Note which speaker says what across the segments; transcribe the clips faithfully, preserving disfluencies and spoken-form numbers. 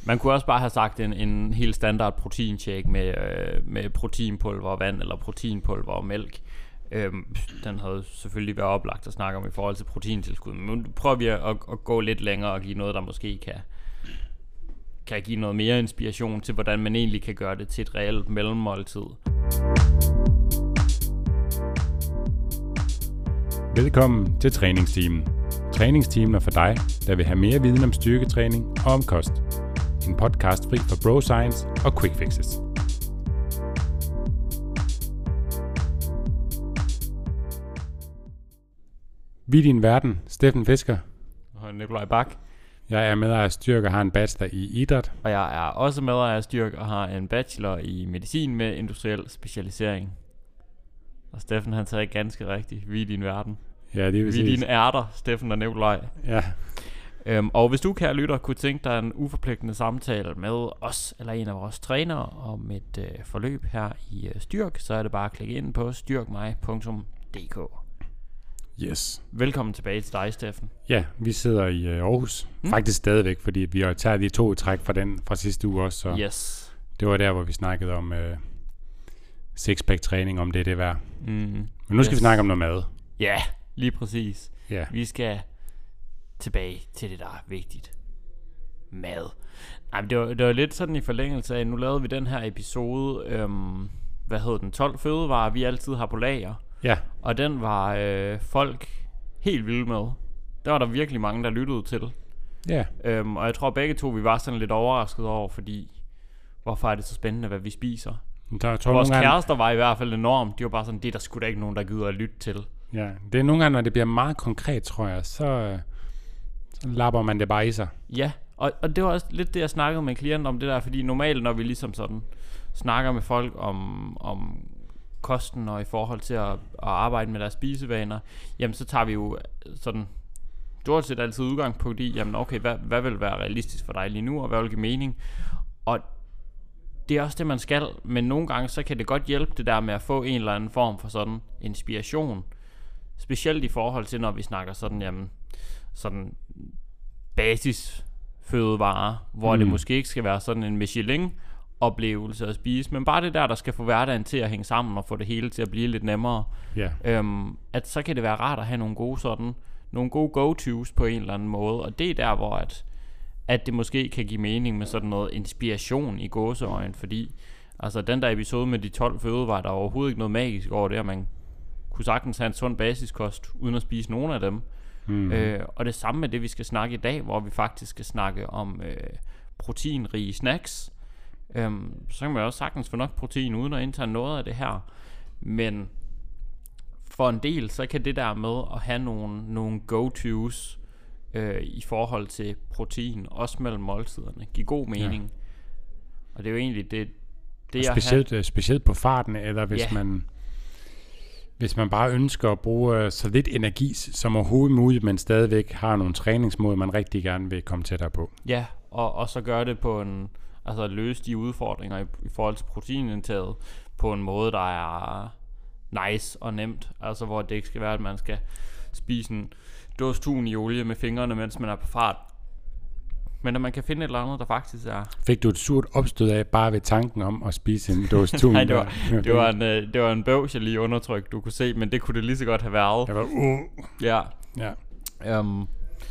Speaker 1: Man kunne også bare have sagt en, en helt standard proteinshake med, øh, med proteinpulver og vand, eller proteinpulver og mælk. Øhm, den havde selvfølgelig været oplagt at snakke om i forhold til proteintilskud. Men nu prøver vi at, at gå lidt længere og give noget, der måske kan, kan give noget mere inspiration til, hvordan man egentlig kan gøre det til et reelt mellemmåltid.
Speaker 2: Velkommen til Træningsteamen. Træningsteamen er for dig, der vil have mere viden om styrketræning og om kost. En podcast fri for bro science og quick fixes. Vi er din verden, Steffen Fisker.
Speaker 1: Og Nikolaj Bak.
Speaker 2: Jeg er medejer af Styrk og har en bachelor i idræt.
Speaker 1: Og jeg er også medejer af Styrk og har en bachelor i medicin med industriel specialisering. Og Steffen, han sagde ganske rigtigt, vi er din verden.
Speaker 2: Ja, det er
Speaker 1: Vi er dine ærter, Steffen og Nikolaj.
Speaker 2: Ja.
Speaker 1: Øhm, og hvis du, kære lytter, kunne tænke dig en uforpligtende samtale med os eller en af vores trænere om et øh, forløb her i øh, Styrk, så er det bare at klikke ind på styrkmig punktum d k.
Speaker 2: Yes.
Speaker 1: Velkommen tilbage til dig, Steffen.
Speaker 2: Ja, vi sidder i øh, Aarhus. Hmm? Faktisk stadigvæk, fordi vi har taget de to træk fra den fra sidste uge også. Så
Speaker 1: yes.
Speaker 2: Det var der, hvor vi snakkede om øh, sixpack træning, om det er det værd. Mm. Men nu skal
Speaker 1: yes.
Speaker 2: vi snakke om noget mad.
Speaker 1: Ja, lige præcis.
Speaker 2: Yeah.
Speaker 1: Vi skal tilbage til det, der er vigtigt. Mad. Nej, men det var, det var lidt sådan i forlængelse af, nu lavede vi den her episode, øhm, hvad hed den, tolv fødevarer, vi altid har på lager.
Speaker 2: Ja.
Speaker 1: Og den var øh, folk helt vilde med. Der var der virkelig mange, der lyttede til.
Speaker 2: Ja.
Speaker 1: Øhm, og jeg tror begge to, vi var sådan lidt overrasket over, fordi hvorfor er det så spændende, hvad vi spiser?
Speaker 2: Der, tror
Speaker 1: Vores
Speaker 2: gange...
Speaker 1: kærester var i hvert fald enormt. De var bare sådan, det er der sgu da ikke nogen, der gider at lytte til.
Speaker 2: Ja, det er nogle gange, når det bliver meget konkret, tror jeg, så, så lapper man det bare i sig.
Speaker 1: Ja, og, og det var også lidt det, jeg snakkede med en klient om det der, fordi normalt, når vi ligesom sådan snakker med folk om, om kosten og i forhold til at, at arbejde med deres spisevaner, jamen så tager vi jo sådan stort set altid udgangspunkt i, jamen okay, hvad, hvad vil være realistisk for dig lige nu, og hvad vil give mening? Og det er også det, man skal, men nogle gange, så kan det godt hjælpe det der med at få en eller anden form for sådan inspiration. Specielt i forhold til, når vi snakker sådan, jamen, sådan basisfødevarer, hvor mm. det måske ikke skal være sådan en Michelin-oplevelse at spise, men bare det der, der skal få hverdagen til at hænge sammen og få det hele til at blive lidt nemmere.
Speaker 2: Yeah.
Speaker 1: Øhm, at så kan det være rart at have nogle gode sådan, nogle gode go-tos på en eller anden måde, og det er der, hvor at, at det måske kan give mening med sådan noget inspiration i gåseøjne, fordi altså den der episode med de tolv fødevarer, der er overhovedet ikke noget magisk over det, at man kunne sagtens have en sund basiskost uden at spise nogen af dem. Mm. Øh, og det samme med det, vi skal snakke i dag, hvor vi faktisk skal snakke om øh, proteinrige snacks. Øhm, så kan man også sagtens få nok protein uden at indtage noget af det her. Men for en del, så kan det der med at have nogle, nogle go-tos øh, i forhold til protein, også mellem måltiderne, give god mening. Ja. Og det er jo egentlig det, det jeg
Speaker 2: specielt, have... specielt på farten, eller hvis yeah. man... Hvis man bare ønsker at bruge så lidt energi som overhovedet muligt, men stadigvæk har nogle træningsmål, man rigtig gerne vil komme tættere på.
Speaker 1: Ja, og, og så gøre det på en, altså at løse de udfordringer i, i forhold til proteinindtaget på en måde, der er nice og nemt. Altså hvor det ikke skal være, at man skal spise en dåse tun i olie med fingrene, mens man er på fart. Men at man kan finde et eller andet, der faktisk er...
Speaker 2: Fik du et surt opstød af bare ved tanken om at spise en dåse tun?
Speaker 1: Nej, det var, det var en, det var en bøvs, jeg lige undertryk, du kunne se, men det kunne det lige så godt have været.
Speaker 2: Jeg var uh.
Speaker 1: Ja.
Speaker 2: Ja.
Speaker 1: Um,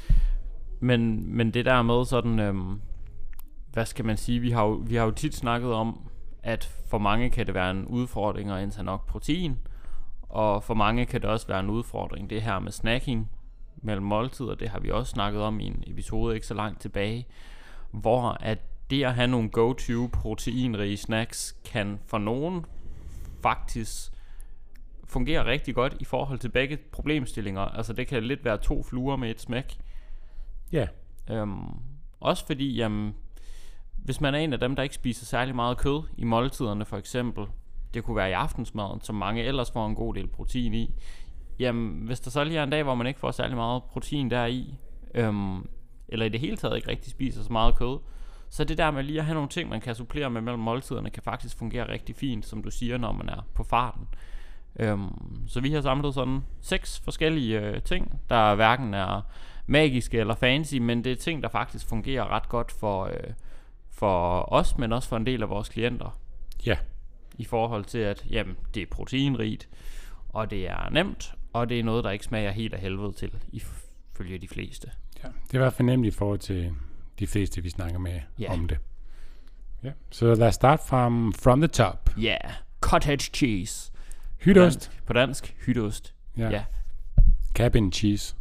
Speaker 1: men, men det der med sådan, um, hvad skal man sige, vi har, jo, vi har jo tit snakket om, at for mange kan det være en udfordring at indtage nok protein, og for mange kan det også være en udfordring, det her med snacking mellem måltider, det har vi også snakket om i en episode ikke så langt tilbage, hvor at det at have nogle go-to proteinrige snacks kan for nogen faktisk fungere rigtig godt i forhold til begge problemstillinger. Altså det kan lidt være to fluer med et smæk.
Speaker 2: Ja.
Speaker 1: Yeah. Øhm, også fordi, jamen, hvis man er en af dem, der ikke spiser særlig meget kød i måltiderne for eksempel, det kunne være i aftensmaden, som mange ellers får en god del protein i, jamen, hvis der så lige er en dag, hvor man ikke får særlig meget protein deri, øhm, eller i det hele taget ikke rigtig spiser så meget kød, så det der med lige at have nogle ting, man kan supplere med mellem måltiderne, kan faktisk fungere rigtig fint, som du siger, når man er på farten. Øhm, så vi har samlet sådan seks forskellige øh, ting, der hverken er magiske eller fancy, men det er ting, der faktisk fungerer ret godt for, øh, for os, men også for en del af vores klienter.
Speaker 2: Ja.
Speaker 1: I forhold til, at jamen, det er proteinrigt, og det er nemt, og det er noget, der ikke smager helt af helvede til, ifølge de fleste.
Speaker 2: Ja, det er i hvert fald nemt i forhold til de fleste, vi snakker med
Speaker 1: ja.
Speaker 2: om det. Ja. Så lad os starte from, from the top.
Speaker 1: Ja, yeah. Cottage cheese.
Speaker 2: Hytteost.
Speaker 1: På dansk, på dansk hytteost.
Speaker 2: Ja.
Speaker 1: ja.
Speaker 2: Cabin cheese.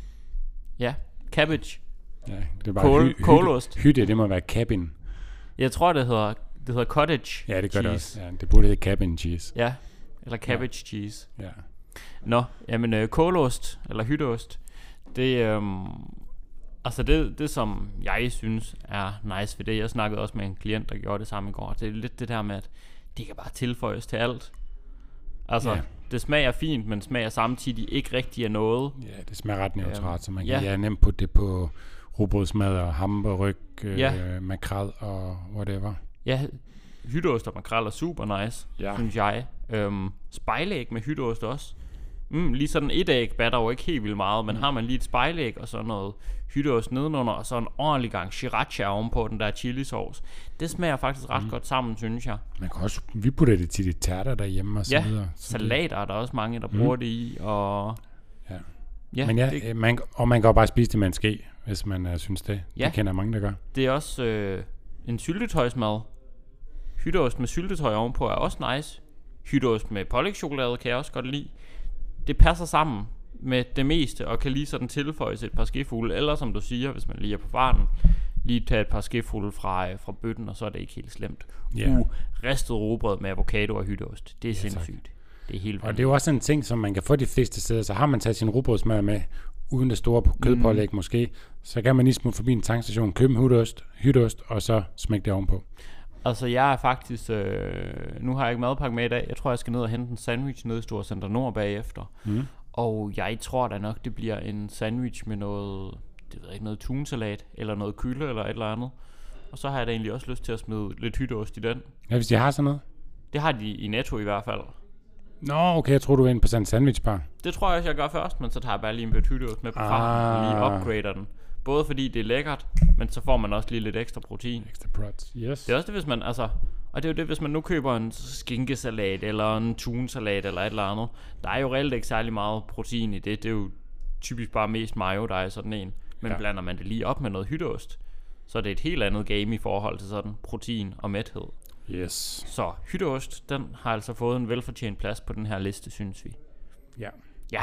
Speaker 1: Ja, cabbage.
Speaker 2: Ja, det er bare
Speaker 1: Kål,
Speaker 2: hy-
Speaker 1: kålost.
Speaker 2: Hytte, hytte, det må være cabin.
Speaker 1: Jeg tror, det hedder, det hedder cottage
Speaker 2: Ja, det gør
Speaker 1: cheese.
Speaker 2: det også. Ja, det burde hedde cabin cheese.
Speaker 1: Ja, eller cabbage
Speaker 2: ja.
Speaker 1: cheese.
Speaker 2: Ja.
Speaker 1: Nå, jamen øh, kålost, eller hytteost, det øhm, altså det, det som jeg synes er nice ved det, jeg snakkede også med en klient, der gjorde det samme i går, det er lidt det der med, at det kan bare tilføjes til alt. Altså,
Speaker 2: ja.
Speaker 1: det smager fint, men smager samtidig ikke rigtig af noget.
Speaker 2: Ja, det smager ret neutralt, øhm, så man kan
Speaker 1: ja.
Speaker 2: ja, nemt putte det på rugbrødsmad og hamburgerryg, øh,
Speaker 1: ja.
Speaker 2: makrel og whatever.
Speaker 1: Ja, hytteost og makrel er super nice, ja. synes jeg. Øhm, spejlæg med hytteost også. Mm, lige sådan et æg batter jo ikke helt vildt meget, men mm. har man lige et spejlæg og så noget hytteost nedenunder, og så en ordentlig gang sriracha ovenpå den der chilisauce. Det smager faktisk ret mm. godt sammen, synes jeg.
Speaker 2: Man kan også, vi putter det til de tærter derhjemme og så
Speaker 1: ja,
Speaker 2: videre.
Speaker 1: Så salater er der også mange, der mm. bruger det i, og...
Speaker 2: Ja.
Speaker 1: Ja,
Speaker 2: men ja,
Speaker 1: det,
Speaker 2: man, og man kan jo bare spise det med en ske, hvis man uh, synes det.
Speaker 1: Ja.
Speaker 2: Det kender mange, der gør.
Speaker 1: Det er også øh, en syltetøjsmad. Hytteost med syltetøj ovenpå er også nice. Hytteost med pålægschokolade kan jeg også godt lide. Det passer sammen med det meste, og kan lige sådan tilføjes et par skefulde, eller som du siger, hvis man lige er på farten, lige tage et par skefulde fra, fra bøtten, og så er det ikke helt slemt.
Speaker 2: Yeah.
Speaker 1: Uh, ristet rugbrød med avocado og hytteost. Det er ja, sindssygt. Tak. Det er helt
Speaker 2: og det er jo også en ting, som man kan få de fleste steder. Så har man taget sin rugbrødsmad med, uden det store kødpålæg mm. måske, så kan man lige smutte forbi en tankstation, købe en hytteost, hytteost, og så smække det ovenpå.
Speaker 1: Altså jeg er faktisk øh, nu har jeg ikke madpakke med i dag. Jeg tror jeg skal ned og hente en sandwich nede i Storcenter Nord bagefter. mm. Og jeg tror da nok det bliver en sandwich med noget, det ved jeg ikke, noget tunsalat eller noget kylde eller et eller andet. Og så har jeg da egentlig også lyst til at smide lidt hytteost i den.
Speaker 2: Ja, hvis de har sådan noget.
Speaker 1: Det har de i Netto i hvert fald.
Speaker 2: Nå, okay, jeg tror du er inde på sådan en sandwichbar.
Speaker 1: Det tror jeg også jeg gør først, men så tager jeg bare lige en bøtte hytteost med på ah. farten og lige upgrader den. Både fordi det er lækkert, men så får man også lige lidt ekstra protein.
Speaker 2: Ekstra protein, yes.
Speaker 1: Det er også det, hvis man, altså, og det er jo det, hvis man nu køber en skinkesalat, eller en tunsalat, eller et eller andet. Der er jo reelt ikke særlig meget protein i det. Det er jo typisk bare mest mayo, der er sådan en. Men ja. blander man det lige op med noget hytteost, så er det et helt andet game i forhold til sådan protein og mæthed.
Speaker 2: Yes.
Speaker 1: Så hytteost, den har altså fået en velfortjent plads på den her liste, synes vi.
Speaker 2: Ja.
Speaker 1: Ja.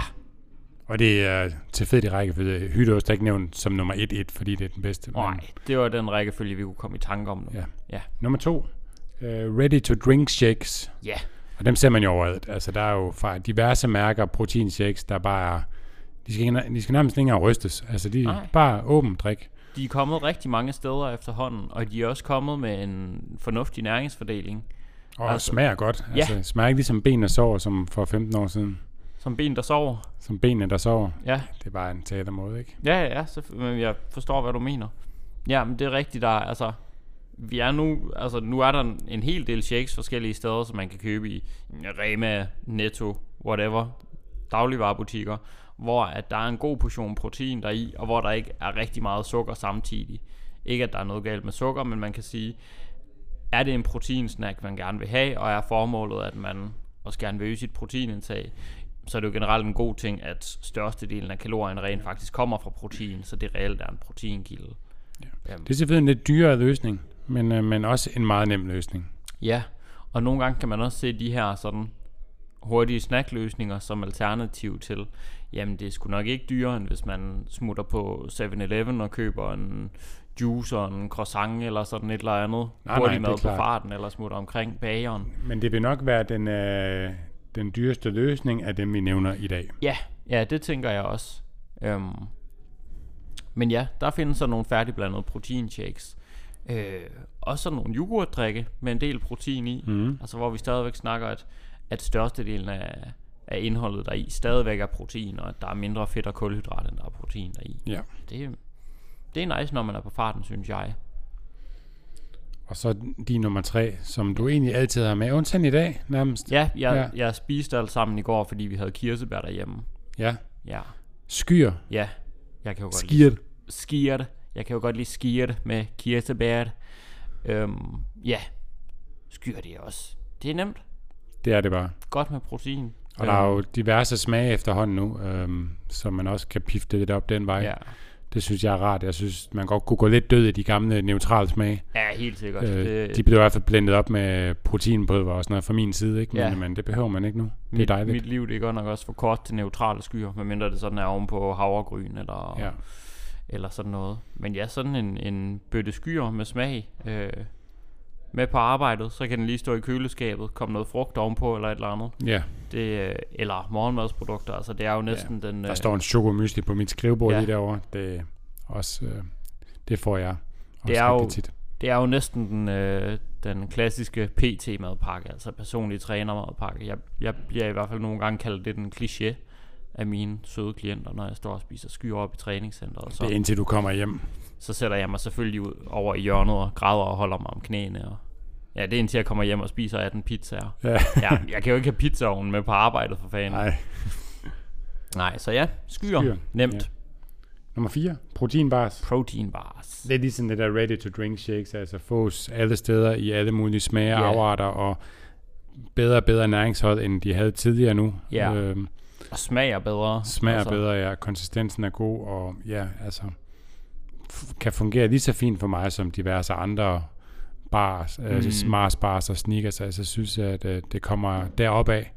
Speaker 2: Og det er til fedt i rækkefølge. Hytteost er ikke nævnt som nummer et et, fordi det er den bedste.
Speaker 1: Nej, det var den rækkefølge, vi kunne komme i tanke om nu.
Speaker 2: Ja.
Speaker 1: Ja.
Speaker 2: Nummer to. Uh, ready to drink shakes.
Speaker 1: Ja. Yeah.
Speaker 2: Og dem ser man jo overalt. Altså der er jo fra diverse mærker proteinshakes, der bare er, de skal, de skal nærmest ikke engang rystes. Altså de er bare åben drik.
Speaker 1: De er kommet rigtig mange steder efterhånden, og de er også kommet med en fornuftig næringsfordeling.
Speaker 2: Og altså, smager godt. Altså, ja. Smager ikke ligesom ben, der sover, som for femten år siden.
Speaker 1: Som ben, der sover?
Speaker 2: Som benene, der sover.
Speaker 1: Ja.
Speaker 2: Det er bare en teatermåde, ikke?
Speaker 1: Ja, ja, ja. Så, men jeg forstår, hvad du mener. Ja, men det er rigtigt, der altså... Vi er nu... Altså, nu er der en, en hel del shakes forskellige steder, som man kan købe i Rema, Netto, whatever. Dagligvarebutikker. Hvor at der er en god portion protein deri, og hvor der ikke er rigtig meget sukker samtidig. Ikke at der er noget galt med sukker, men man kan sige, er det en proteinsnack, man gerne vil have, og er formålet, at man også gerne vil øge sit proteinindtag, så er det jo generelt en god ting, at størstedelen af kalorierne rent faktisk kommer fra protein, så det reelt er en proteinkilde.
Speaker 2: Ja. Det er selvfølgelig en lidt dyrere løsning, men, øh, men også en meget nem løsning.
Speaker 1: Ja, og nogle gange kan man også se de her sådan hurtige snackløsninger som alternativ til, jamen det er sgu nok ikke dyrere, end hvis man smutter på seven eleven og køber en juice og en croissant eller sådan et eller andet hurtigt mad på farten, eller smutter omkring bageren.
Speaker 2: Men det vil nok være den, øh, den dyreste løsning af dem, vi nævner i dag.
Speaker 1: Ja, ja, det tænker jeg også. Øhm. Men ja, der findes så nogle færdigblandede proteinshakes. Øh, også sådan nogle yoghurtdrikke med en del protein i. Mm. Altså hvor vi stadigvæk snakker, at, at størstedelen af, af indholdet deri stadigvæk er protein, og at der er mindre fedt og kulhydrat, end der er protein deri.
Speaker 2: Ja.
Speaker 1: Det, det er nice, når man er på farten, synes jeg.
Speaker 2: Og så din nummer tre, som du egentlig altid har med, undtagen i dag nærmest.
Speaker 1: Ja, jeg, ja. jeg spiste alt sammen i går, fordi vi havde kirsebær derhjemme.
Speaker 2: Ja.
Speaker 1: Ja.
Speaker 2: Skyr.
Speaker 1: Ja. Jeg kan jo godt
Speaker 2: Skirt.
Speaker 1: Skirt. Jeg kan jo godt lide skirt med kirsebær. Øhm, ja, skyer det også. Det er nemt.
Speaker 2: Det er det bare.
Speaker 1: Godt med protein.
Speaker 2: Og der er jo diverse smage efterhånden nu, øhm, så man også kan pifte lidt op den vej.
Speaker 1: Ja.
Speaker 2: Det synes jeg er rart. Jeg synes, man godt kunne gå lidt død i de gamle neutrale smage.
Speaker 1: Ja, helt sikkert.
Speaker 2: Øh,
Speaker 1: det,
Speaker 2: de blev i hvert fald blendet op med proteinpulver og sådan noget fra min side, ikke? Men,
Speaker 1: ja.
Speaker 2: men det behøver man ikke nu. Det
Speaker 1: mit,
Speaker 2: er dejligt.
Speaker 1: Mit liv, det er godt nok også for kort til neutrale skyer, medmindre det sådan er oven på havregryn eller,
Speaker 2: ja.
Speaker 1: eller sådan noget. Men ja, sådan en, en bøtte skyer med smag øh, med på arbejdet, så kan den lige stå i køleskabet, komme noget frugt ovenpå eller et eller andet.
Speaker 2: Ja.
Speaker 1: Det, eller morgenmadsprodukter, altså det er jo næsten ja. den...
Speaker 2: Der
Speaker 1: øh,
Speaker 2: står en chokomysli på mit skrivebord
Speaker 1: ja.
Speaker 2: lige derovre. Det, også, øh, det får jeg også
Speaker 1: det er jo,
Speaker 2: tit.
Speaker 1: Det er jo næsten den, øh, den klassiske P T-madpakke, altså personlig trænermadpakke. Jeg, jeg bliver i hvert fald nogle gange kaldt det den kliché af mine søde klienter, når jeg står og spiser skyer op i træningscenteret. Så,
Speaker 2: det er indtil du kommer hjem.
Speaker 1: Så sætter jeg mig selvfølgelig ud over i hjørnet og græder og holder mig om knæene. Og ja, det er indtil jeg kommer hjem og spiser atten pizzaer. Ja. ja, jeg kan jo ikke have pizzaovnen med på arbejdet for fanden.
Speaker 2: Nej.
Speaker 1: Nej, så ja, skyer. skyer. Nemt. Ja.
Speaker 2: Nummer fire, proteinbars.
Speaker 1: Proteinbars.
Speaker 2: Det er ligesom det der ready to drink shakes, altså fås alle steder i alle mulige smager, yeah. afarter og bedre og bedre næringshold, end de havde tidligere nu.
Speaker 1: Ja. Øhm, og smager bedre.
Speaker 2: Smager altså. bedre, ja. Konsistensen er god, og ja, altså f- kan fungere lige så fint for mig som diverse andre bars, mm. altså Mars bars og Snickers. Altså jeg synes, at øh, det kommer deroppe af,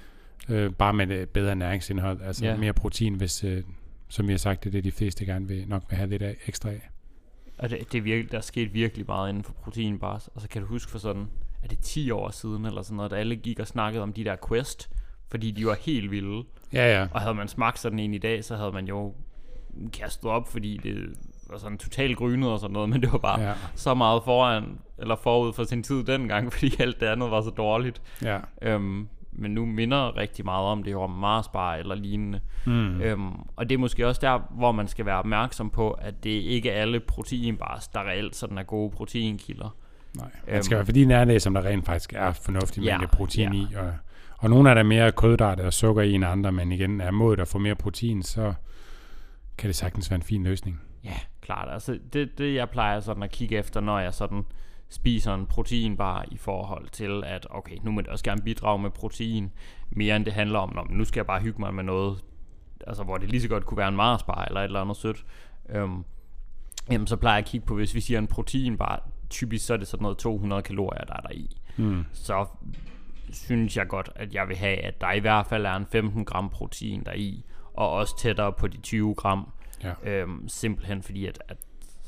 Speaker 2: øh, bare med det bedre næringsindhold, altså yeah. mere protein, hvis øh, som vi har sagt, det er det, de fleste gerne vil, nok vil have lidt af, ekstra af.
Speaker 1: Og det, det er virkelig, der er sket virkelig meget inden for proteinbars. Og så kan du huske for sådan, er det ti år siden eller sådan noget, da alle gik og snakkede om de der Quest, fordi de var helt vilde.
Speaker 2: Ja, ja.
Speaker 1: Og havde man smagt sådan en i dag, så havde man jo kastet op, fordi det var sådan totalt grynet og sådan noget, men det var bare ja. så meget foran, eller forud for sin tid dengang, fordi alt det andet var så dårligt. Ja. Øhm, men nu minder rigtig meget om det jo om Mars bar eller lignende. Mm. Øhm, og det er måske også der, hvor man skal være opmærksom på, at det ikke er alle proteinbars, der reelt sådan er gode proteinkilder.
Speaker 2: Nej, man skal øhm, være fordi nær det, som der rent faktisk er fornuftig
Speaker 1: ja,
Speaker 2: mængde protein
Speaker 1: ja.
Speaker 2: i. Og, og nogle af der mere krydderarter og sukker i end andre, men igen er modet at få mere protein, så kan det sagtens være en fin løsning.
Speaker 1: Ja, klart. Altså det, det jeg plejer sådan at kigge efter, når jeg sådan spiser en proteinbar i forhold til, at okay, nu må jeg også gerne bidrage med protein, mere end det handler om, når, nu skal jeg bare hygge mig med noget, altså hvor det lige så godt kunne være en Mars bar eller et eller andet sødt. Øhm, jamen så plejer jeg at kigge på, hvis vi siger en proteinbar, typisk så er det sådan noget to hundrede kalorier, der er der i. Mm. Så synes jeg godt, at jeg vil have, at der i hvert fald er en femten gram protein der i, og også tættere på de tyve gram. Ja. Øhm, simpelthen fordi, at, at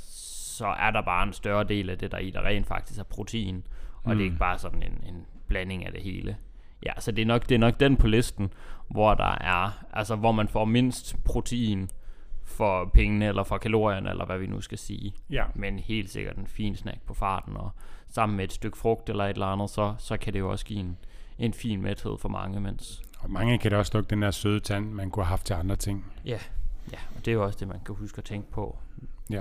Speaker 1: så er der bare en større del af det der i, der rent faktisk er protein, og mm. det er ikke bare sådan en, en blanding af det hele. Ja, så det er nok det er nok den på listen, hvor der er, altså hvor man får mindst protein for pengene eller for kalorierne eller hvad vi nu skal sige. Ja. Men helt sikkert en fin snack på farten, og sammen med et stykke frugt eller et eller andet, så så kan det jo også give en en fin mæthed for mange mens.
Speaker 2: Og mange kan det også lukke den der søde tand, man kunne have haft til andre ting.
Speaker 1: Ja. Ja, og det er jo også det man kan huske at tænke på.
Speaker 2: Ja.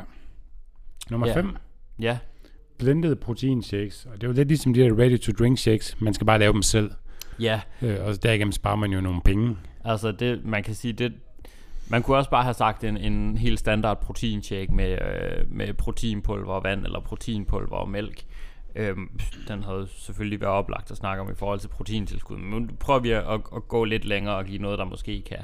Speaker 2: Nummer fem.
Speaker 1: Ja. ja.
Speaker 2: Blended protein shakes. Og det er jo lidt ligesom de der ready to drink shakes. Man skal bare lave dem selv.
Speaker 1: Ja.
Speaker 2: Øh, og derigennem sparer man jo nogle penge.
Speaker 1: Altså det, man kan sige, det, man kunne også bare have sagt en, en helt standard protein shake med, øh, med proteinpulver og vand, eller proteinpulver og mælk. Øhm, den havde selvfølgelig været oplagt at snakke om i forhold til proteintilskud. Men nu prøver vi at, at gå lidt længere og give noget, der måske kan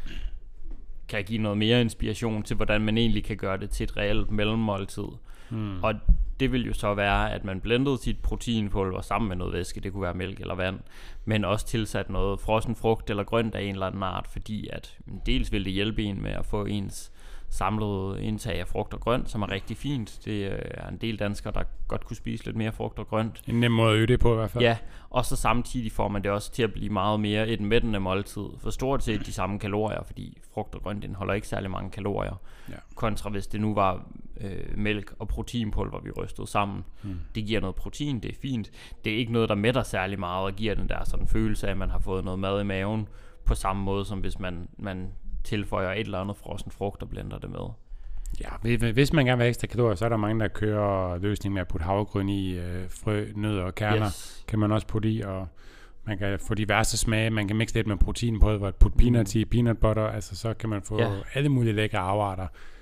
Speaker 1: kan give noget mere inspiration til, hvordan man egentlig kan gøre det til et reelt mellemmåltid. Hmm. Og det vil jo så være, at man blendede sit proteinpulver sammen med noget væske, det kunne være mælk eller vand, men også tilsat noget frossen frugt eller grønt af en eller anden art, fordi at dels vil det hjælpe en med at få ens samlede indtag af frugt og grønt, som er rigtig fint. Det er en del danskere, der godt kunne spise lidt mere frugt og grønt.
Speaker 2: En nem måde at øge det på i hvert fald.
Speaker 1: Ja, og så samtidig får man det også til at blive meget mere et mættende måltid. For stort set de samme kalorier, fordi frugt og grønt indeholder ikke særlig mange kalorier. Ja. Kontra hvis det nu var øh, mælk og proteinpulver, vi rystede sammen. Hmm. Det giver noget protein, det er fint. Det er ikke noget, der mætter særlig meget og giver den der sådan følelse af, at man har fået noget mad i maven, på samme måde som hvis man... man tilføjer et eller andet frossen frugt og blender det med.
Speaker 2: Ja, hvis man gerne vil have ekstra kalorier, så er der mange, der kører løsning med at putte havregryn i, øh, frø, nødder og kerner, yes. kan man også putte i, og man kan få diverse smage, man kan mixe lidt med proteinpulver, putte peanuts mm. i, peanut butter, altså så kan man få yeah. alle mulige lækre afarter.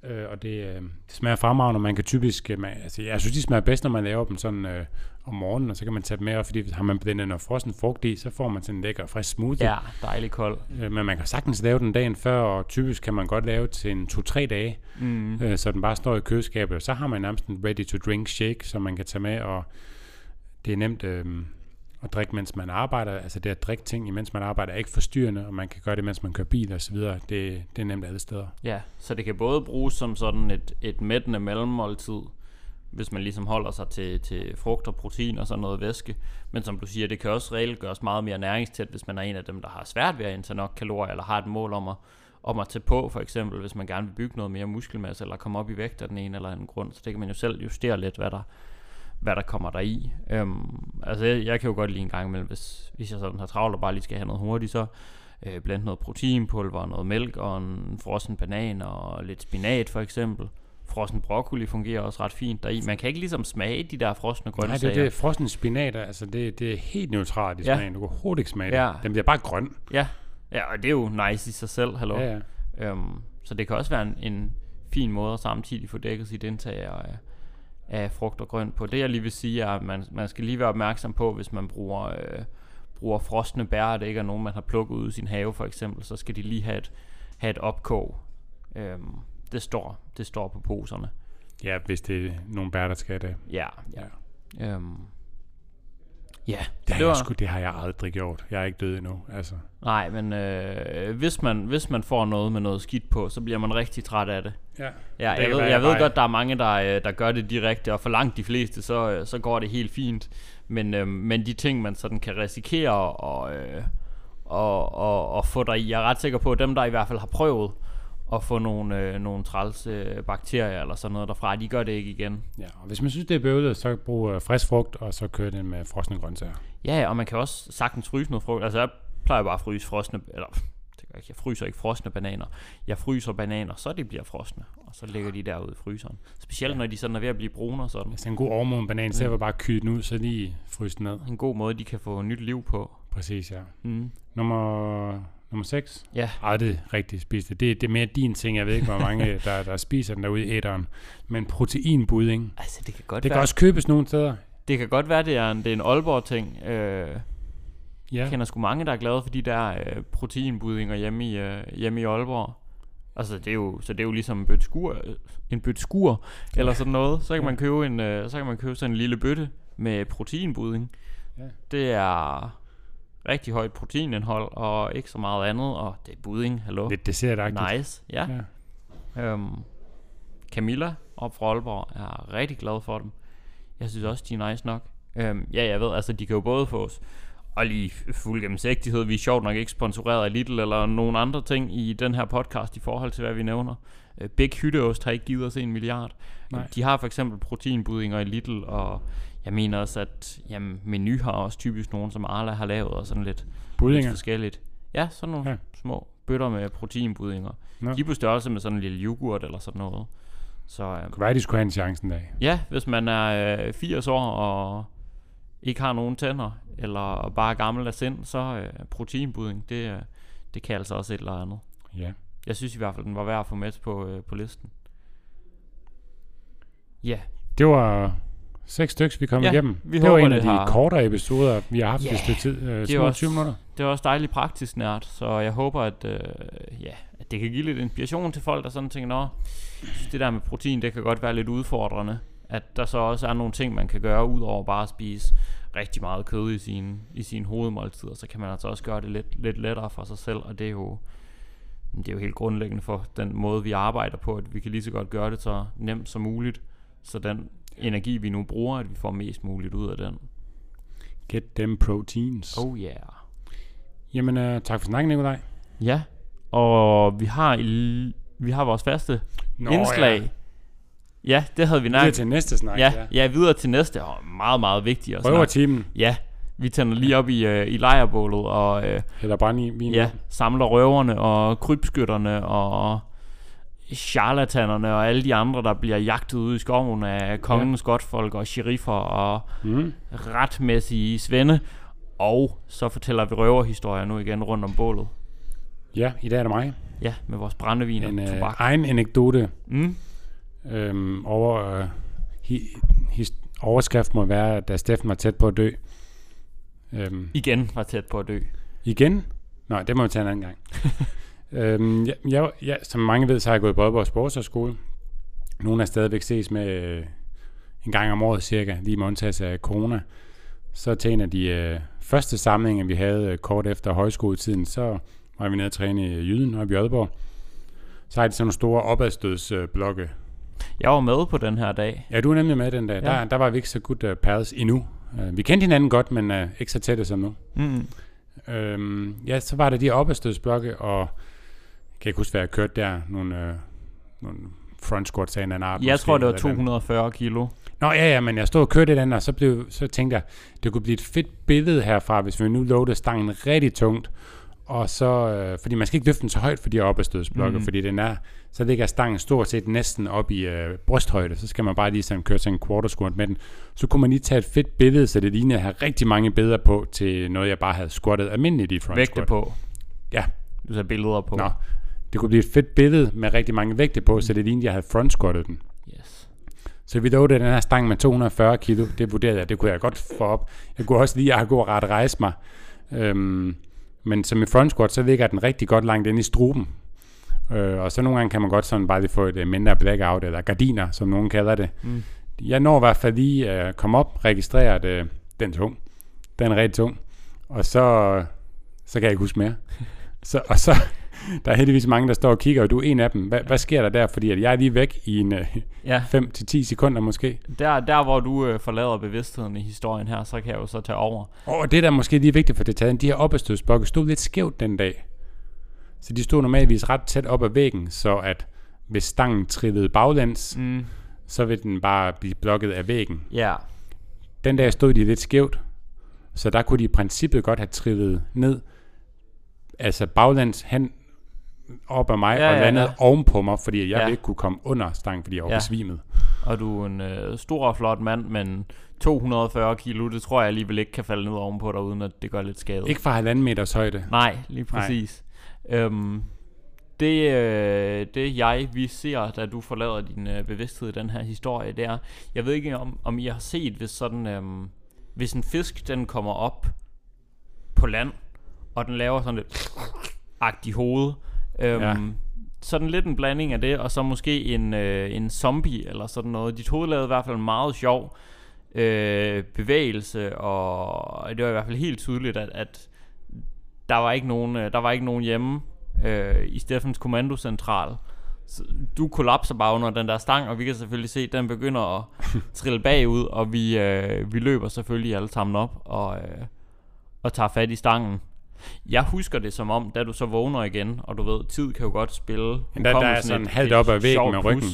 Speaker 2: Øh, og det, øh, det smager fremragende, og man kan typisk... Øh, man, altså, jeg synes, de smager bedst, når man laver dem sådan øh, om morgenen, og så kan man tage dem med, og fordi har man blendet noget frossen frugt i, så får man sådan en lækker, frisk smoothie.
Speaker 1: Ja, dejlig kold.
Speaker 2: Øh, men man kan sagtens lave den dagen før, og typisk kan man godt lave til en to-tre dage, mm. øh, så den bare står i køleskabet, og så har man nærmest en ready-to-drink shake, som man kan tage med, og det er nemt... Øh, at drikke, mens man arbejder. Altså det at drikke ting, imens man arbejder, er ikke forstyrrende, og man kan gøre det, mens man kører bil og så videre. Det, det er nemt alle steder.
Speaker 1: Ja, så det kan både bruges som sådan et, et mættende mellemmåltid, hvis man ligesom holder sig til, til frugt og protein og sådan noget væske. Men som du siger, det kan også reelt gøres meget mere næringstæt, hvis man er en af dem, der har svært ved at indtage nok kalorier, eller har et mål om at, om at tage på, for eksempel, hvis man gerne vil bygge noget mere muskelmasse, eller komme op i vægt af den ene eller anden grund. Så det kan man jo selv justere lidt, hvad der hvad der kommer der i. Øhm, altså jeg, jeg kan jo godt lide en gang imellem, hvis, hvis jeg sådan har travlt og bare lige skal have noget hurtigt, så øh, blandt noget proteinpulver, noget mælk og en frossen banan og lidt spinat for eksempel. Frossen broccoli fungerer også ret fint deri. Man kan ikke ligesom smage de der frosne grøntsager.
Speaker 2: Nej, det er det. Frossen spinat, altså det, det er helt neutralt i smagen. Ja. Du kan hurtigt ikke smage det. Ja. Den bliver bare grøn.
Speaker 1: Ja. Ja, og det er jo nice i sig selv, hallo.
Speaker 2: Ja, ja.
Speaker 1: Øhm, så det kan også være en, en fin måde at samtidig få dækket sit indtag af af frugt og grønt på. Det jeg lige vil sige er, at man, man skal lige være opmærksom på, hvis man bruger, øh, bruger frosne bær, og det ikke er nogen, man har plukket ud i sin have for eksempel, så skal de lige have et, have et opkog. Øhm, det, står, det står på poserne.
Speaker 2: Ja, hvis det er nogle bær, der skal det.
Speaker 1: Ja, ja. ja. Øhm, ja.
Speaker 2: Det har, jeg sgu, det har jeg aldrig gjort. Jeg er ikke død endnu. Altså.
Speaker 1: Nej, men øh, hvis, man, hvis man får noget med noget skidt på, så bliver man rigtig træt af det.
Speaker 2: Ja,
Speaker 1: ja jeg ved, jeg ved godt, der er mange, der, der gør det direkte, og for langt de fleste, så, så går det helt fint. Men, øh, men de ting, man sådan kan risikere og, øh, og, og, og få der i, jeg er ret sikker på, at dem, der i hvert fald har prøvet at få nogle, øh, nogle træls øh, bakterier eller sådan noget derfra, de gør det ikke igen.
Speaker 2: Ja, og hvis man synes, det er bøvlet, så brug øh, frisk frugt, og så kør det med frosne grøntsager.
Speaker 1: Ja, og man kan også sagtens fryse noget frugt. Altså, jeg plejer bare at fryse frosne, eller det gør ikke, jeg fryser ikke frosne bananer. Jeg fryser bananer, så de bliver frosne, og så ligger de derude i fryseren. Specielt ja. Når de sådan er ved at blive brune og sådan.
Speaker 2: Hvis det er en god overmoden banan, så er det bare kyde den ud, så lige fryse den ned.
Speaker 1: En god måde, de kan få nyt liv på.
Speaker 2: Præcis, ja.
Speaker 1: Mm.
Speaker 2: Nummer... Nummer seks?
Speaker 1: Ja.
Speaker 2: Aldrig rigtig spist det. det. Det er mere din ting. Jeg ved ikke, hvor mange, der, der spiser den derude i æteren. Men proteinbudding.
Speaker 1: Altså, det kan godt
Speaker 2: det
Speaker 1: være...
Speaker 2: kan også købes nogle steder.
Speaker 1: Det kan godt være, det er en, det er en Aalborg-ting. Øh,
Speaker 2: ja.
Speaker 1: Jeg kender sgu mange, der er glade for de der øh, proteinbuddinger hjemme i, øh, hjemme i Aalborg. Altså, det er jo, så det er jo ligesom en bøtte skur, en bøtte skur ja. Eller sådan noget. Så kan, ja. man købe en, øh, så kan man købe sådan en lille bøtte med proteinbudding. Ja. Det er... rigtig højt proteinindhold og ikke så meget andet, og det er budding, hallo.
Speaker 2: Lidt dessertagtigt.
Speaker 1: Nice, ja. ja. Øhm, Camilla op fra Aalborg er rigtig glad for dem. Jeg synes også, de er nice nok. Øhm, ja, jeg ved, altså de kan jo både fås, og lige fuld gennemsigtighed. Vi er sjovt nok ikke sponsoreret af Lidl eller nogen andre ting i den her podcast i forhold til, hvad vi nævner. Øh, Big Hytteost har ikke givet os en milliard. Nej. De har for eksempel proteinbuddinger i Lidl, og jeg mener også, at jamen, Menu har også typisk nogen, som Arla har lavet, og sådan lidt, lidt forskelligt. Ja, sådan nogle ja. små bøtter med proteinbuddinger. Ja. De er på størrelse med sådan en lille yoghurt eller sådan noget. Så, øh,
Speaker 2: kunne være, de skulle have en chance en dag.
Speaker 1: Ja, hvis man er øh, firs år og ikke har nogen tænder, eller bare gammel af sind, så øh, proteinbudding, det, øh, det kan altså også et eller andet.
Speaker 2: Ja.
Speaker 1: Jeg synes i hvert fald, den var værd at få med på, øh, på listen. Ja.
Speaker 2: Det var... Seks stykker, vi kom
Speaker 1: ja,
Speaker 2: igennem.
Speaker 1: Vi
Speaker 2: det
Speaker 1: håber,
Speaker 2: var en af
Speaker 1: det
Speaker 2: de
Speaker 1: har...
Speaker 2: kortere episoder, vi har haft yeah, et stykke tid. Øh, små tyve minutter.
Speaker 1: Det er også dejligt praktisk nært, så jeg håber, at, øh, ja, at det kan give lidt inspiration til folk, der sådan tænker, nå, det der med protein, det kan godt være lidt udfordrende. At der så også er nogle ting, man kan gøre, ud over bare at spise rigtig meget kød i sine, i sine hovedmåltider. Så kan man altså også gøre det lidt, lidt lettere for sig selv, og det er jo... Det er jo helt grundlæggende for den måde, vi arbejder på, at vi kan lige så godt gøre det så nemt som muligt, så den energi, vi nu bruger, at vi får mest muligt ud af den.
Speaker 2: Get them proteins.
Speaker 1: Oh yeah.
Speaker 2: Jamen, uh, tak for snakken, Nikolaj.
Speaker 1: Ja, og vi har, i, vi har vores faste Nå, indslag. Ja. ja, det havde vi nok.
Speaker 2: Videre til næste snak.
Speaker 1: Ja, ja. ja videre til næste. Og meget, meget vigtigt at snakke.
Speaker 2: Røvertimen.
Speaker 1: Ja, vi tænder lige op i, uh, i lejrbålet og uh,
Speaker 2: hælder brand i vin.
Speaker 1: Ja, samler røverne og krybskytterne og charlatanerne og alle de andre, der bliver jagtet ude i skoven af kongens ja. godtfolk og sheriffer og mm. retmæssige svende. Og så fortæller vi røverhistorier nu igen rundt om bålet.
Speaker 2: Ja, i dag er det mig.
Speaker 1: Ja, med vores brændevin
Speaker 2: En
Speaker 1: og
Speaker 2: øh,
Speaker 1: tobak.
Speaker 2: egen anekdote.
Speaker 1: Mm.
Speaker 2: Øhm, over, øh, hi, his, overskrift må være, da Steffen var tæt på at dø. Øhm,
Speaker 1: Igen var tæt på at dø.
Speaker 2: igen? Nej, det må vi tage en anden gang. øhm, jeg, jeg, jeg, som mange ved, så har jeg gået på Aalborg Sportshøjskole. Nogle er stadigvæk ses med øh, en gang om året cirka, lige med undtagelse af corona. Så til en af de øh, første samlinger, vi havde øh, kort efter højskoletiden, så var vi nede og træne i Jyden oppe i Aalborg. Så har de sådan nogle store opadstødsblokke. Øh,
Speaker 1: Jeg var med på den her dag.
Speaker 2: ja, du er nemlig med den dag. Ja. Der, der var vi ikke så godt uh, pals endnu. Uh, vi kendte hinanden godt, men uh, ikke så tætte som nu.
Speaker 1: Mm.
Speaker 2: Øhm, ja, så var der de opadstødsblokke, og jeg kan ikke huske, hvad jeg kørte der. Nogle, øh, nogle front squats af en anden art.
Speaker 1: Jeg
Speaker 2: måske,
Speaker 1: tror, det var
Speaker 2: eller
Speaker 1: to hundrede og fyrre kilo.
Speaker 2: Nå ja, ja, men jeg stod og kørte det andet, og så, blev, så tænkte jeg, det kunne blive et fedt billede herfra, hvis vi nu loadede stangen rigtig tungt. Og så, øh, fordi man skal ikke løfte den så højt for de her opadstødsblokke, mm. fordi den er, så ligger stangen stort set næsten op i øh, brysthøjde, så skal man bare lige sådan køre sådan en quarter squat med den. Så kunne man lige tage et fedt billede, så det lignede at have rigtig mange billeder på, til noget jeg bare havde squattet almindeligt i front
Speaker 1: Vægte
Speaker 2: squat.
Speaker 1: på.
Speaker 2: Ja.
Speaker 1: Du tager billeder på.
Speaker 2: Nå, det kunne blive et fedt billede med rigtig mange vægte på, så det lignede, jeg havde front squattet den.
Speaker 1: Yes.
Speaker 2: Så vi loadede den her stang med to hundrede og fyrre kilo, det vurderede jeg, det kunne jeg godt få op. Jeg kunne også lige akkurat rejse mig. Øhm, Men som i front squat, så ligger den rigtig godt langt inde i struben. Øh, og så nogle gange kan man godt sådan bare lige få et uh, mindre blackout, eller gardiner, som nogen kalder det. Mm. Jeg når i hvert fald lige at uh, komme op, registrere, at uh, den er tung. Den er rigtig tung. Og så, uh, så kan jeg ikke huske mere. så, og så, der er heldigvis mange, der står og kigger, og du er en af dem. Hva, hvad sker der der? Fordi at jeg er lige væk i en uh,
Speaker 1: Ja.
Speaker 2: fem til ti sekunder måske.
Speaker 1: Der, der hvor du øh, forlader bevidstheden i historien her, så kan jeg jo så tage over.
Speaker 2: Og det der er måske lige vigtigt for detaljen, de her opadstødsblokke stod lidt skævt den dag. Så de stod normalvis ret tæt op ad væggen, så at hvis stangen trillede baglæns,
Speaker 1: Mm.
Speaker 2: så vil den bare blive blokket af væggen.
Speaker 1: Ja.
Speaker 2: Den dag stod de lidt skævt, så der kunne de i princippet godt have trillet ned, altså baglæns hen op ad mig,
Speaker 1: Ja,
Speaker 2: og
Speaker 1: ja,
Speaker 2: landet
Speaker 1: ja.
Speaker 2: ovenpå mig, fordi jeg
Speaker 1: Ja.
Speaker 2: ville ikke kunne komme under stangen, fordi jeg var
Speaker 1: Ja.
Speaker 2: besvimet.
Speaker 1: Og du er en øh, stor og flot mand, men to hundrede og fyrre kilo, det tror jeg alligevel ikke kan falde ned ovenpå dig, uden at det gør lidt skade.
Speaker 2: Ikke fra halvanden meters højde.
Speaker 1: Nej, lige præcis. Øhm, det, øh, det jeg, vi ser, da du forlader din øh, bevidsthed i den her historie, det er, jeg ved ikke om, om I har set, hvis sådan, øhm, hvis en fisk, den kommer op på land, og den laver sådan lidt agtig hoved, øhm,
Speaker 2: Ja.
Speaker 1: sådan lidt en blanding af det, og så måske en, øh, en zombie, eller sådan noget. Dit hoved lavede i hvert fald en meget sjov øh, bevægelse, og det var i hvert fald helt tydeligt, at, at der var ikke nogen, øh, der var ikke nogen hjemme øh, i Steffens kommandocentral. Så du kollapser bare under den der stang, og vi kan selvfølgelig se, at den begynder at trille bagud, og vi, øh, vi løber selvfølgelig alle sammen op og, øh, og tager fat i stangen. Jeg husker det som om, da du så vågner igen, og du ved, tid kan jo godt spille.
Speaker 2: Der, der er sådan halvt op ad væggen med ryggen.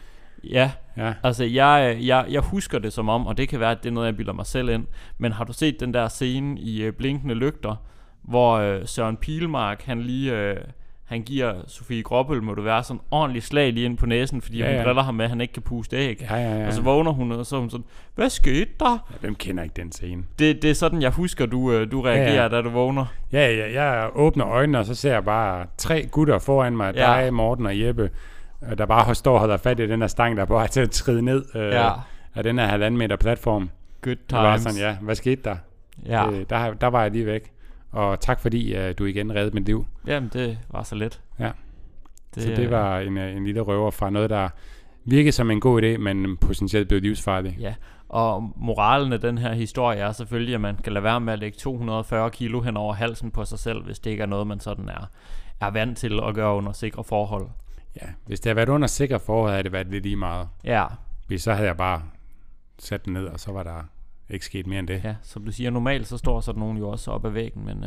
Speaker 1: Ja,
Speaker 2: Ja.
Speaker 1: altså jeg, jeg, jeg husker det som om, og det kan være, at det er noget, jeg bilder mig selv ind, men har du set den der scene i uh, Blinkende Lygter, hvor uh, Søren Pilmark, han lige, uh, han giver Sofie Gråbøl, må det være, sådan ordentligt slag lige ind på næsen, fordi
Speaker 2: Ja,
Speaker 1: hun
Speaker 2: ja.
Speaker 1: driller ham med, at han ikke kan puste æg.
Speaker 2: Ja, ja, ja.
Speaker 1: Og så vågner hun, og så er hun sådan, hvad skete der?
Speaker 2: Ja, hvem kender ikke den scene?
Speaker 1: Det, det er sådan, jeg husker, du, uh, du reagerer,
Speaker 2: Ja, ja.
Speaker 1: da du vågner.
Speaker 2: Ja, ja, jeg åbner øjnene, og så ser jeg bare tre gutter foran mig,
Speaker 1: Ja.
Speaker 2: dig, Morten og Jeppe, øh, der bare står og holder fat i den her stang, der bare er til at tride ned øh,
Speaker 1: Ja.
Speaker 2: af den her halvanden meter platform.
Speaker 1: Good
Speaker 2: Det var
Speaker 1: times.
Speaker 2: sådan, ja, hvad skete der?
Speaker 1: Ja.
Speaker 2: Øh, der, der var jeg lige væk. Og tak fordi uh, du igen reddede mit liv.
Speaker 1: Jamen, det var så let.
Speaker 2: Ja.
Speaker 1: Det,
Speaker 2: Så det var en, øh, en lille røver fra noget, der virkede som en god idé, men potentielt blev livsfarlig.
Speaker 1: Ja, og moralen af den her historie er selvfølgelig, at man kan lade være med at lægge to hundrede og fyrre kilo hen over halsen på sig selv, hvis det ikke er noget, man sådan er, er vant til at gøre under sikre forhold.
Speaker 2: Ja, hvis det havde været under sikre forhold, havde det været lidt lige meget.
Speaker 1: Ja,
Speaker 2: Hvis så havde jeg bare sat den ned, og så var der ikke sket mere end det.
Speaker 1: ja, som du siger, normalt så står sådan nogen jo også op ad væggen, men øh,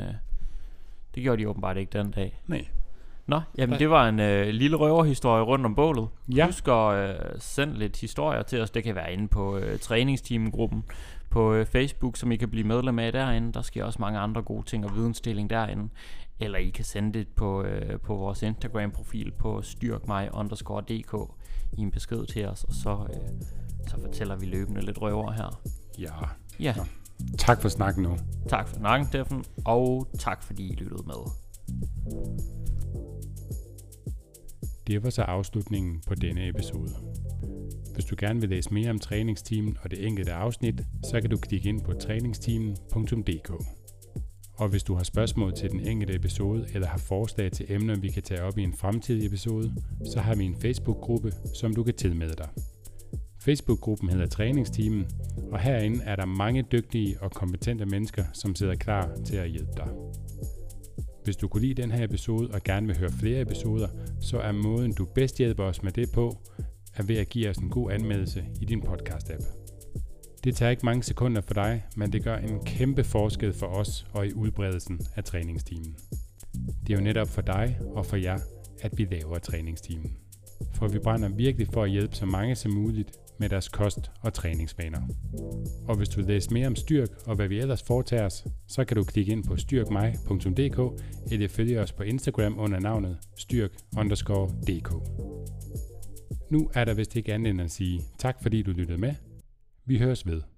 Speaker 1: det gjorde de åbenbart ikke den dag.
Speaker 2: Nej.
Speaker 1: Nå, jamen det var en øh, lille røverhistorie rundt om bålet.
Speaker 2: Ja.
Speaker 1: Husk at øh, sende lidt historier til os. Det kan være inde på øh, træningsteamgruppen på øh, Facebook, som I kan blive medlem af derinde. Der sker også mange andre gode ting og vidensdeling derinde. Eller I kan sende det på, øh, på vores Instagram-profil på styrkmig underscore dk i en besked til os, og så, øh, så fortæller vi løbende lidt røver her.
Speaker 2: Ja.
Speaker 1: Ja,
Speaker 2: Nå. Tak for snakken nu.
Speaker 1: tak for snakken, Steffen, og tak fordi I lyttede med.
Speaker 2: Det var så afslutningen på denne episode. Hvis du gerne vil læse mere om træningsteamen og det enkelte afsnit, så kan du klikke ind på træningsteamen punktum d k. Og hvis du har spørgsmål til den enkelte episode, eller har forslag til emner, vi kan tage op i en fremtidig episode, så har vi en Facebook-gruppe, som du kan tilmelde dig. Facebook-gruppen hedder Træningsteamen, og herinde er der mange dygtige og kompetente mennesker, som sidder klar til at hjælpe dig. Hvis du kunne lide den her episode og gerne vil høre flere episoder, så er måden du bedst hjælper os med det på, er ved at give os en god anmeldelse i din podcast-app. Det tager ikke mange sekunder for dig, men det gør en kæmpe forskel for os og i udbredelsen af træningsteamen. Det er jo netop for dig og for jer, at vi laver træningsteamen. For vi brænder virkelig for at hjælpe så mange som muligt med deres kost- og træningsvaner. Og hvis du vil læse mere om Styrk og hvad vi ellers foretager os, så kan du klikke ind på styrk mig punktum d k eller følge os på Instagram under navnet styrk underscore d k. Nu er der vist ikke andet end at sige tak fordi du lyttede med. Vi høres ved.